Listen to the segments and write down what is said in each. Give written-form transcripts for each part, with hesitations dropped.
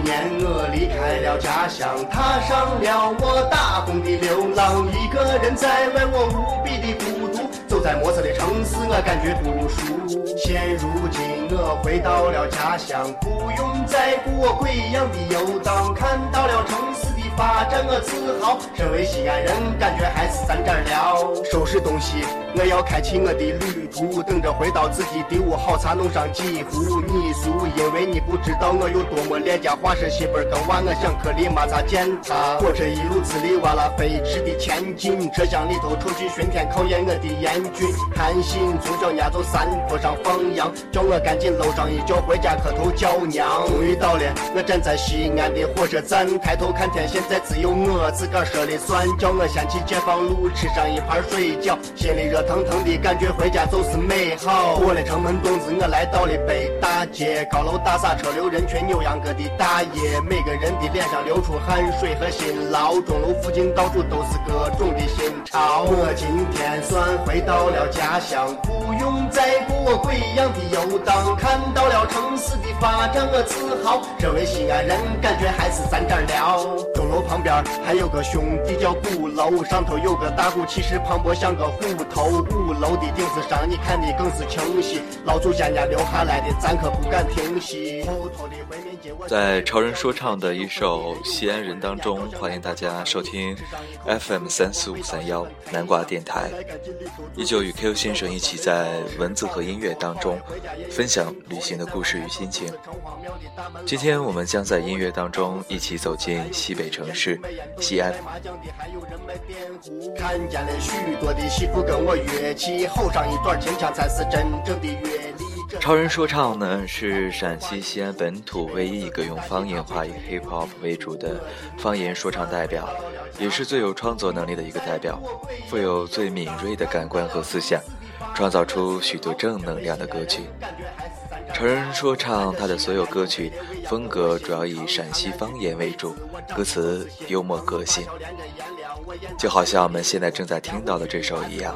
年我离开了家乡，踏上了我大风的流浪，一个人在外我无比的孤独，走在墨色的城市我感觉不舒。现如今我回到了家乡，不用再顾我贵阳的游荡，看到了城市的发展我自豪，身为西安人感觉还是咱这儿了。收拾东西我要开启我的旅途，等着回到自己的屋，好茶弄上几壶泥塑，因为你不知道我有多么廉价，化身媳妇儿跟娃我想颗粒马扎践踏。火车一路滋里哇啦飞驰的前进，车厢里头抽取熏天考验我的严峻，贪心从小伢走山坡上放羊，叫我赶紧搂上一觉回家磕头叫娘。终于到了我站在西安的火车站，抬头看天，现在只有我自个儿说了算，叫我先去解放路吃上一盘水饺，心里热腾腾的感觉回家就是美好。过了城门洞子我来到了北大街，高楼大厦车流人群，扭秧歌的大爷，每个人的脸上流出汗水和辛劳，钟楼附近到处都是各种的新潮。我今天算回到了家乡，不用再顾我贵阳的游荡，看到了城市的发展我自豪，身为西安人感觉还是咱这儿了。钟楼旁边还有个兄弟叫鼓楼，上头有个大鼓，气势磅礴像个虎头，五楼的顶子上你看的更是清晰，老祖先家留下来的咱可不敢停息。 在超人说唱的一首西安人当中，欢迎大家收听 FM34531南瓜电台，依旧与 Q 先生一起在文字和音乐当中分享旅行的故事与心情。今天我们将在音乐当中一起走进西北城市西安。 看见了许多的媳妇跟我乐器，后上一段清腔才是真正的乐理。 超人说唱呢，是陕西西安本土唯一一个用方言话以 hip hop 为主的方言说唱代表，也是最有创作能力的一个代表，富有最敏锐的感官和思想，创造出许多正能量的歌曲。超人说唱他的所有歌曲风格主要以陕西方言为主，歌词幽默个性，就好像我们现在正在听到的这首一样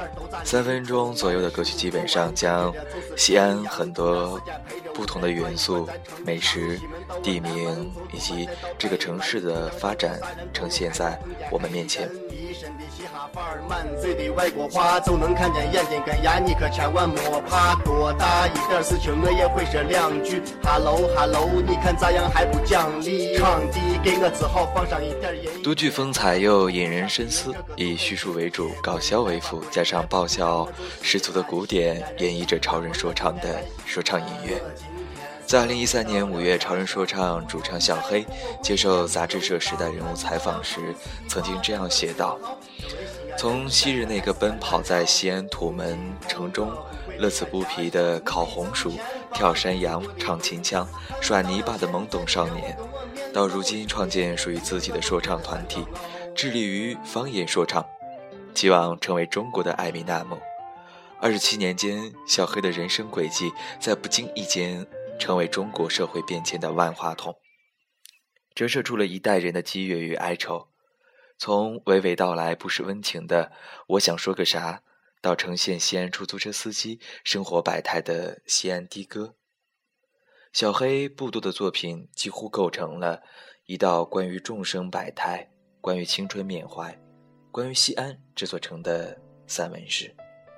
，3分钟左右的歌曲基本上将西安很多不同的元素、美食、地名以及这个城市的发展呈现在我们面前。 满嘴的外国话就能看见眼睛跟牙，你可千万莫怕，多大一点事情我也会说两句 Hello Hello， 你看咋样还不讲理，场地给我只好放上一点音乐。 独具风采又引人深思，以叙述为主，搞笑为辅，加上爆笑十足的鼓点，演绎着超人说唱的说唱音乐。在2013年5月，超人说唱主唱小黑接受杂志社时代人物采访时曾经这样写道，从昔日那个奔跑在西安土门城中乐此不疲的烤红薯、跳山羊、唱秦腔、耍泥巴的懵懂少年，到如今创建属于自己的说唱团体，致力于方言说唱，希望成为中国的艾米纳姆。27年间，小黑的人生轨迹在不经意间成为中国社会变迁的万花筒，折射出了一代人的激越与哀愁。从娓娓道来不失温情的我想说个啥，到呈现西安出租车司机生活百态的西安的歌，小黑不多的作品几乎构成了一道关于众生百态、关于青春缅怀、关于西安这座城的散文诗。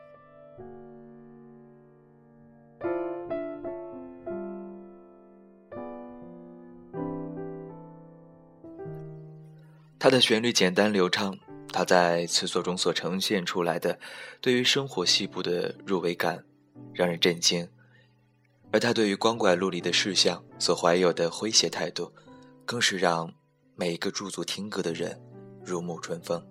它的旋律简单流畅，它在词作中所呈现出来的对于生活细部的入微感让人震惊，而他对于光怪陆离的事项所怀有的诙谐态度更是让每一个驻足听歌的人如沐春风。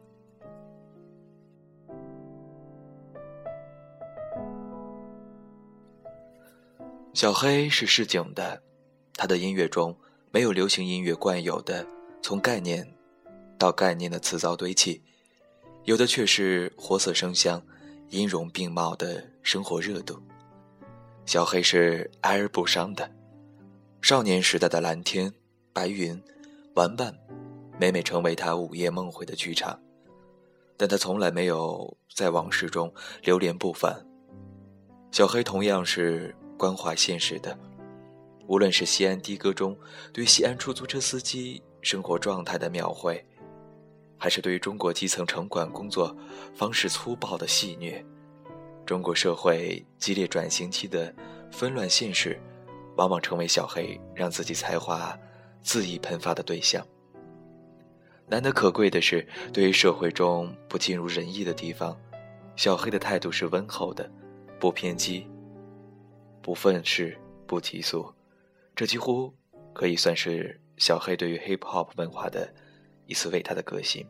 小黑是市井的，他的音乐中没有流行音乐惯有的从概念到概念的词藻堆砌，有的却是活色生香、音容并茂的生活热度。小黑是哀而不伤的，少年时代的蓝天、白云、玩伴，每每成为他午夜梦回的剧场，但他从来没有在往事中流连不返。小黑同样是关怀现实的， 无论是西安的歌中对西安出租车司机生活状态的描绘，还是对于中国基层城管工作方式粗暴的戏谑，中国社会激烈转型期的纷乱现实，往往成为小黑让自己才华恣意喷发的对象。难得可贵的是，对于社会中不尽如人意的地方，小黑的态度是温厚的，不偏激，不愤世，不提速。这几乎可以算是小黑对于 hip-hop 文化的一丝伟大的革新。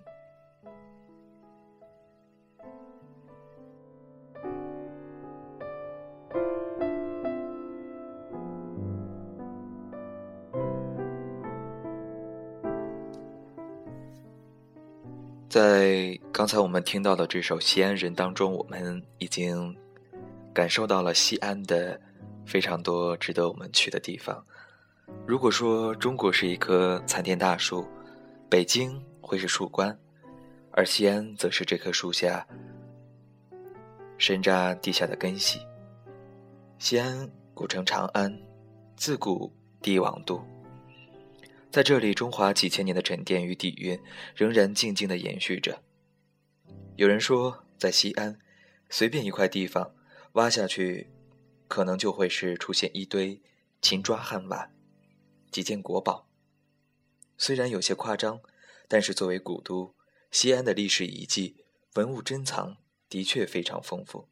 在刚才我们听到的这首《西安人》当中，我们已经感受到了西安的非常多值得我们去的地方。如果说中国是一棵参天大树，北京会是树冠，而西安则是这棵树下深扎地下的根系。西安古称长安，自古帝王都，在这里中华几千年的沉淀与底蕴仍然静静地延续着。有人说，在西安随便一块地方挖下去，可能就会是出现一堆秦抓汉瓦，几件国宝。虽然有些夸张，但是作为古都，西安的历史遗迹、文物珍藏的确非常丰富。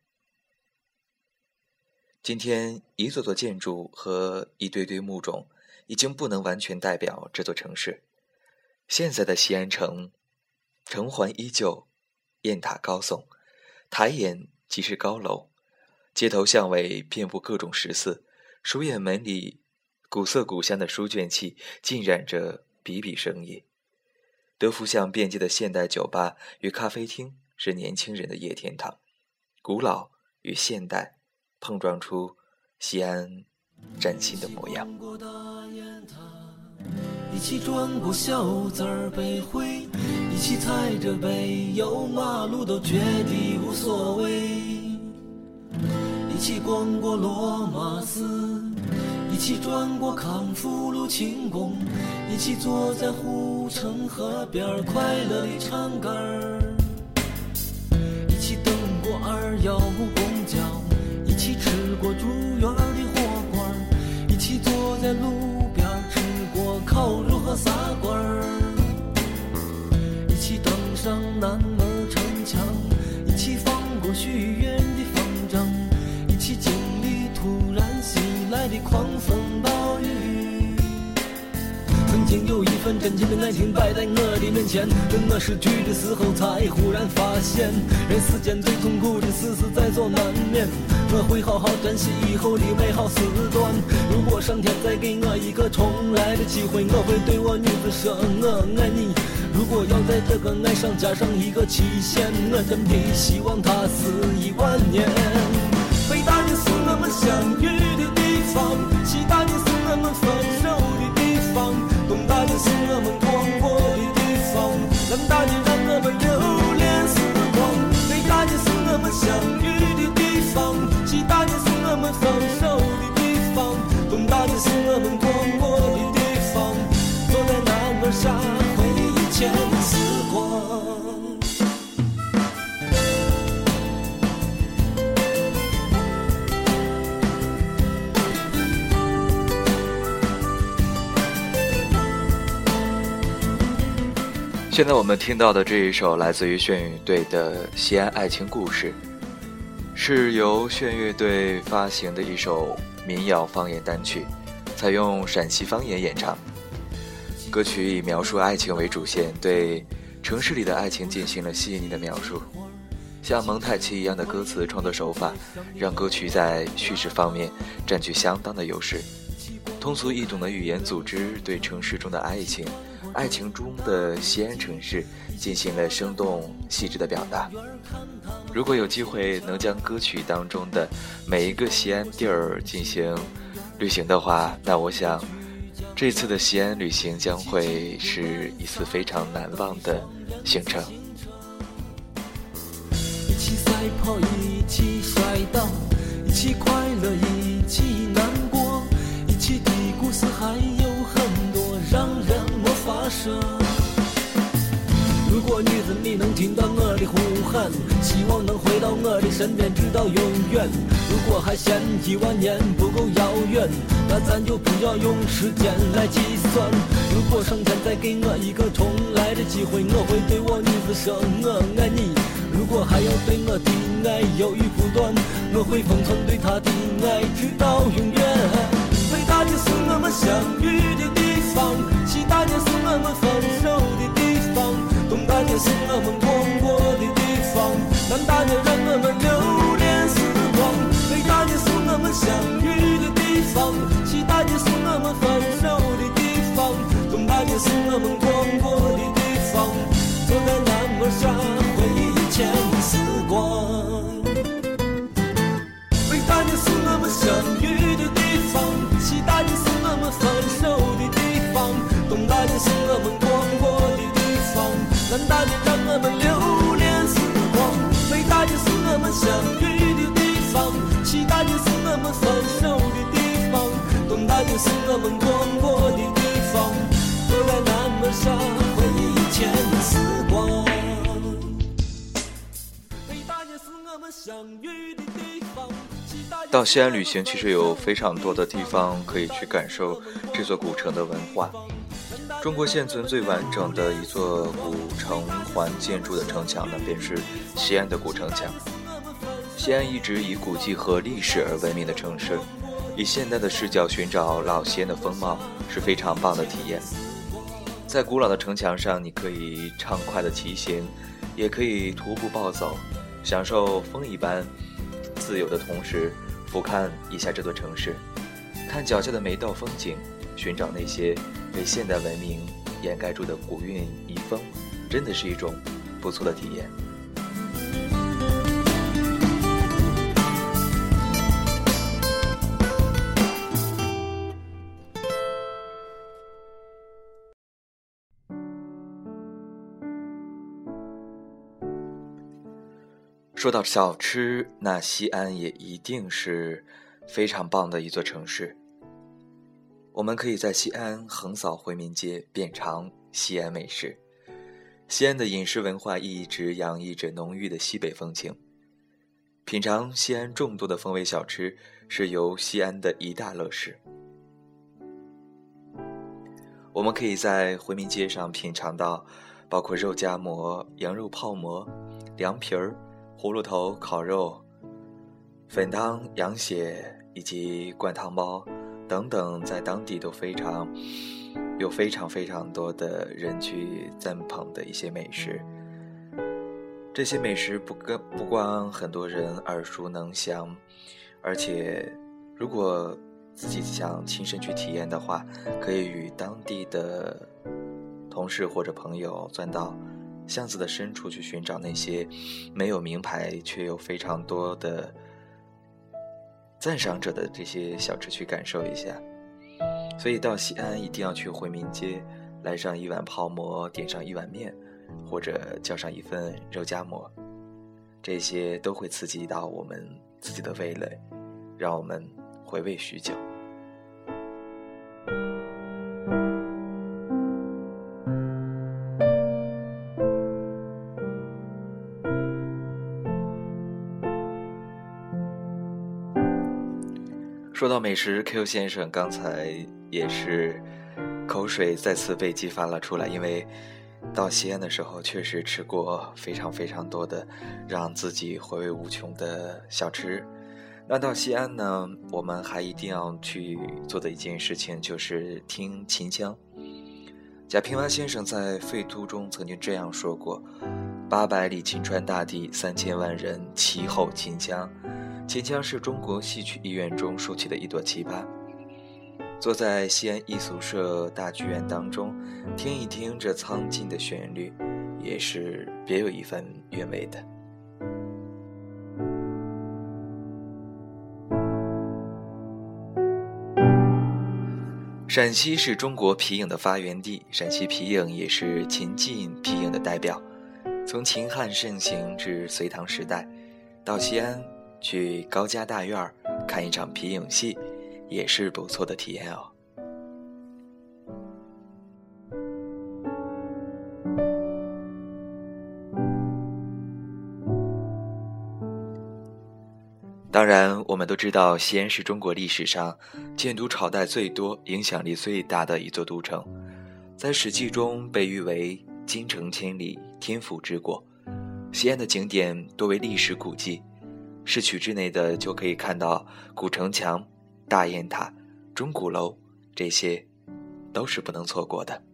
今天一座座建筑和一堆堆墓冢已经不能完全代表这座城市。现在的西安城，城环依旧，雁塔高耸，抬眼即是高楼，街头巷尾遍布各种食肆，书院门里古色古香的书卷气浸染着笔笔生意。德福巷遍地的现代酒吧与咖啡厅是年轻人的夜天堂，古老与现代碰撞出西安崭新的模样。 一起转过小字儿北回，一起踩着北有马路都觉得无所谓，一起逛过罗马寺，一起转过康复路清宫，一起坐在护城河边快乐地唱歌儿，一起等过215公交，一起吃过住院的火锅，一起坐在路边吃过烤肉和撒罐儿，一起登上南门城墙，一起放过许愿的方丈，一起经历突然袭来的狂风暴雨。曾经有一份真切的爱情摆在我的面前，等我失去的时候才忽然发现，人世间最痛苦的事是在所难免。我会好好珍惜以后的美好时段，如果上天再给我一个重来的机会，我会对我女子说我爱你。如果要在这个爱上加上一个期限，我真的希望它是10000年。北大的是我们相遇的地方，西大的是我们分手的地方，东大的是我们逛过的地方，南大的让我们留恋时光，北大的是我们相遇的地方，西大的是我们分手的地方，东大的是我们逛过的地方，坐在南门下回忆以前的时光。 现在我们听到的这一首来自于炫乐队的《西安爱情故事》，是由炫乐队发行的一首民谣方言单曲，采用陕西方言演唱。歌曲以描述爱情为主线，对城市里的爱情进行了细腻的描述。像蒙太奇一样的歌词创作手法，让歌曲在叙事方面占据相当的优势。通俗易懂的语言组织对城市中的爱情中的西安城市进行了生动细致的表达。如果有机会能将歌曲当中的每一个西安地儿进行旅行的话，那我想这次的西安旅行将会是一次非常难忘的行程。 一起赛跑，一起摔倒，一起快乐，一起难过，一起抵过舍。如果女子你能听到我的呼喊，希望能回到我的身边直到永远。如果还嫌10000年不够遥远，那咱就不要用时间来计算。如果上天再给我一个重来的机会，我会对我女子说我爱你。如果还要对我的爱犹豫不断，我会封存对她的爱直到永远。北大街是我们相遇的地方，西大街是我们分手的地方，东大街是我们逛过的地方，南大街让我们留恋时光。北大街是我们相遇的地方，西大街是我们分手的地方，东大街是我们逛过的地方，坐在南门下回忆以前的时光。北大街是我们相遇的地方，西大街是我们分手的地方，东大街是我们逛过的地方，南大街让我们留恋时光。北大街是我们相遇的地方，西大街是我们分手的地方，东大街是我们逛过的地方，坐在南门下回忆以前的时光。北大街是我们相遇的地方。 到西安旅行其实有非常多的地方可以去感受这座古城的文化。中国现存最完整的一座古城环建筑的城墙呢，便是西安的古城墙。西安一直以古迹和历史而闻名的城市，以现代的视角寻找老西安的风貌是非常棒的体验。在古老的城墙上，你可以畅快的骑行，也可以徒步暴走，享受风一般自由的同时俯瞰一下这座城市，看脚下的每道风景，寻找那些被现代文明掩盖住的古韵遗风，真的是一种不错的体验。说到小吃，那西安也一定是非常棒的一座城市。我们可以在西安横扫回民街，遍尝西安美食。西安的饮食文化一直洋溢着浓郁的西北风情。品尝西安众多的风味小吃，是游西安的一大乐事。我们可以在回民街上品尝到包括肉夹馍、羊肉泡馍、凉皮儿、葫芦头烤肉、粉汤、羊血以及灌汤包等等，在当地都有非常多的人去赞捧的一些美食。这些美食不光很多人耳熟能详，而且如果自己想亲身去体验的话，可以与当地的同事或者朋友钻到巷子的深处去寻找那些没有名牌却有非常多的赞赏者的这些小吃去感受一下。所以到西安一定要去回民街，来上一碗泡馍，点上一碗面，或者叫上一份肉夹馍，这些都会刺激到我们自己的味蕾，让我们回味许久。说到美食， Q 先生刚才也是口水再次被激发了出来，因为到西安的时候确实吃过非常多的让自己回味无穷的小吃。那到西安呢，我们还一定要去做的一件事情就是听秦腔。贾平凹先生在《废都》中曾经这样说过：800里秦川大地，3000万人齐吼秦腔。秦腔是中国戏曲艺院中竖起的一朵奇葩。坐在西安艺俗社大剧院当中，听一听这苍劲的旋律，也是别有一番韵味的。陕西是中国皮影的发源地，陕西皮影也是秦晋皮影的代表。从秦汉盛行至隋唐时代，到西安去高家大院看一场皮影戏，也是不错的体验哦。 当然，我们都知道西安是中国历史上建都朝代最多、影响力最大的一座都城，在《史记》中被誉为京城千里，天府之国。西安的景点多为历史古迹，市区之内的就可以看到古城墙、大雁塔、钟鼓楼，这些都是不能错过的。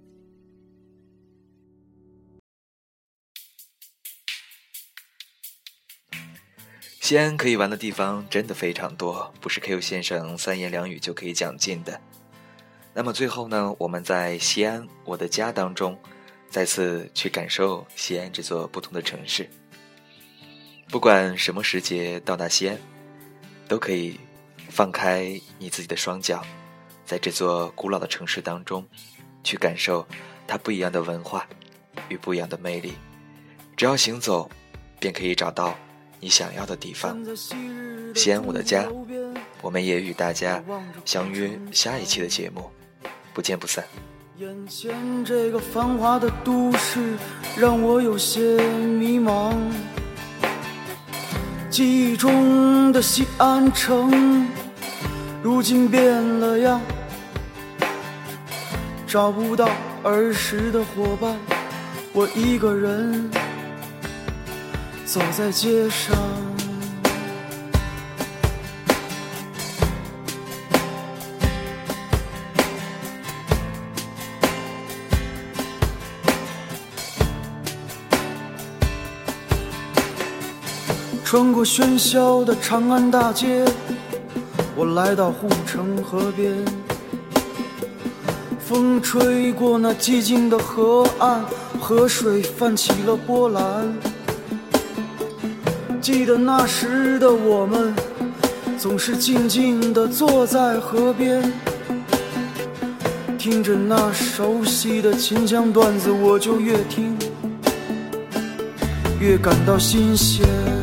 西安可以玩的地方真的非常多，不是 KU 先生三言两语就可以讲尽的。那么最后呢，我们在西安我的家当中再次去感受西安这座不同的城市。不管什么时节到达西安，都可以放开你自己的双脚，在这座古老的城市当中去感受它不一样的文化与不一样的魅力。只要行走，便可以找到你想要的地方。西安我的家，我们也与大家相约下一期的节目，不见不散。 眼前这个繁华的都市让我有些迷茫，记忆中的西安城如今变了样，找不到儿时的伙伴，我一个人走在街上。穿过喧嚣的长安大街，我来到护城河边，风吹过那寂静的河岸，河水泛起了波澜。记得那时的我们总是静静地坐在河边，听着那熟悉的秦腔段子，我就越听越感到新鲜。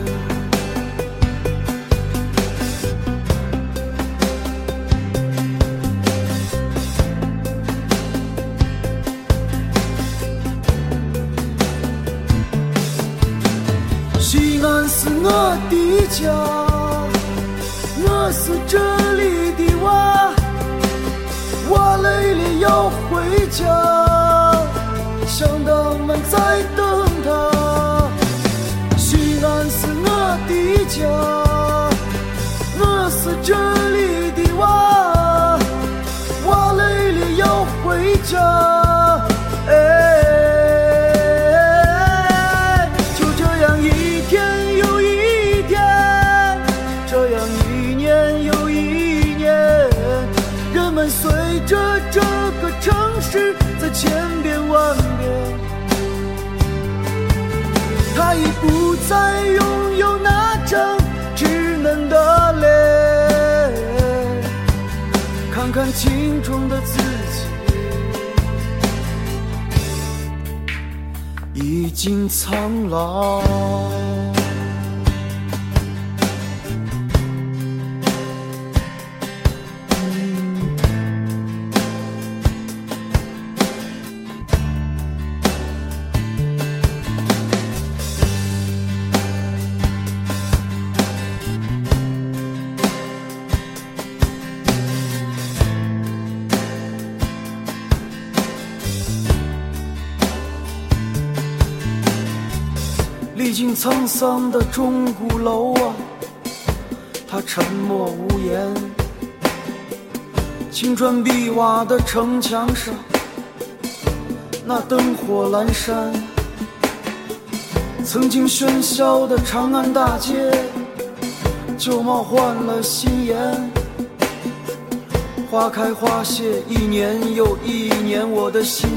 西安是我的家，我是这里的娃，我累了要回家，乡党们在等他。西安是我的家，我是这里的娃，我累了要回家。随着这个城市在千变万变，他已不再拥有那张稚嫩的脸，看看青春的自己已经苍老。历经沧桑的钟鼓楼啊，它沉默无言。青砖碧瓦的城墙上，那灯火阑珊。曾经喧嚣的长安大街，旧貌换了新颜。花开花谢，一年又一年，我的心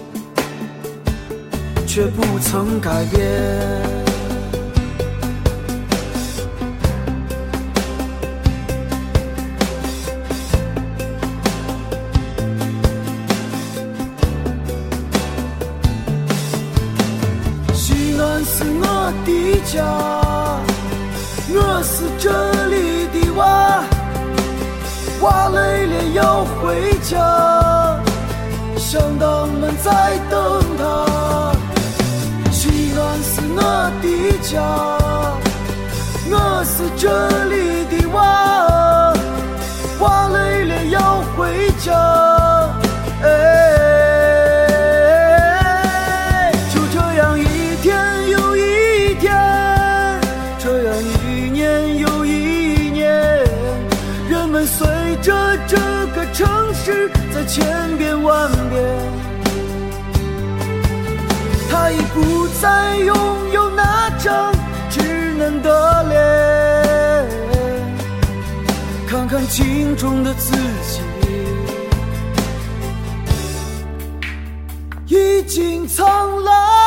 却不曾改变。西安是我的家，我是这里的娃，娃累了要回家，乡党们在等他。西安是我的家，我是这里的他已不再拥有那张稚嫩的脸，看看镜中的自己，已经苍老。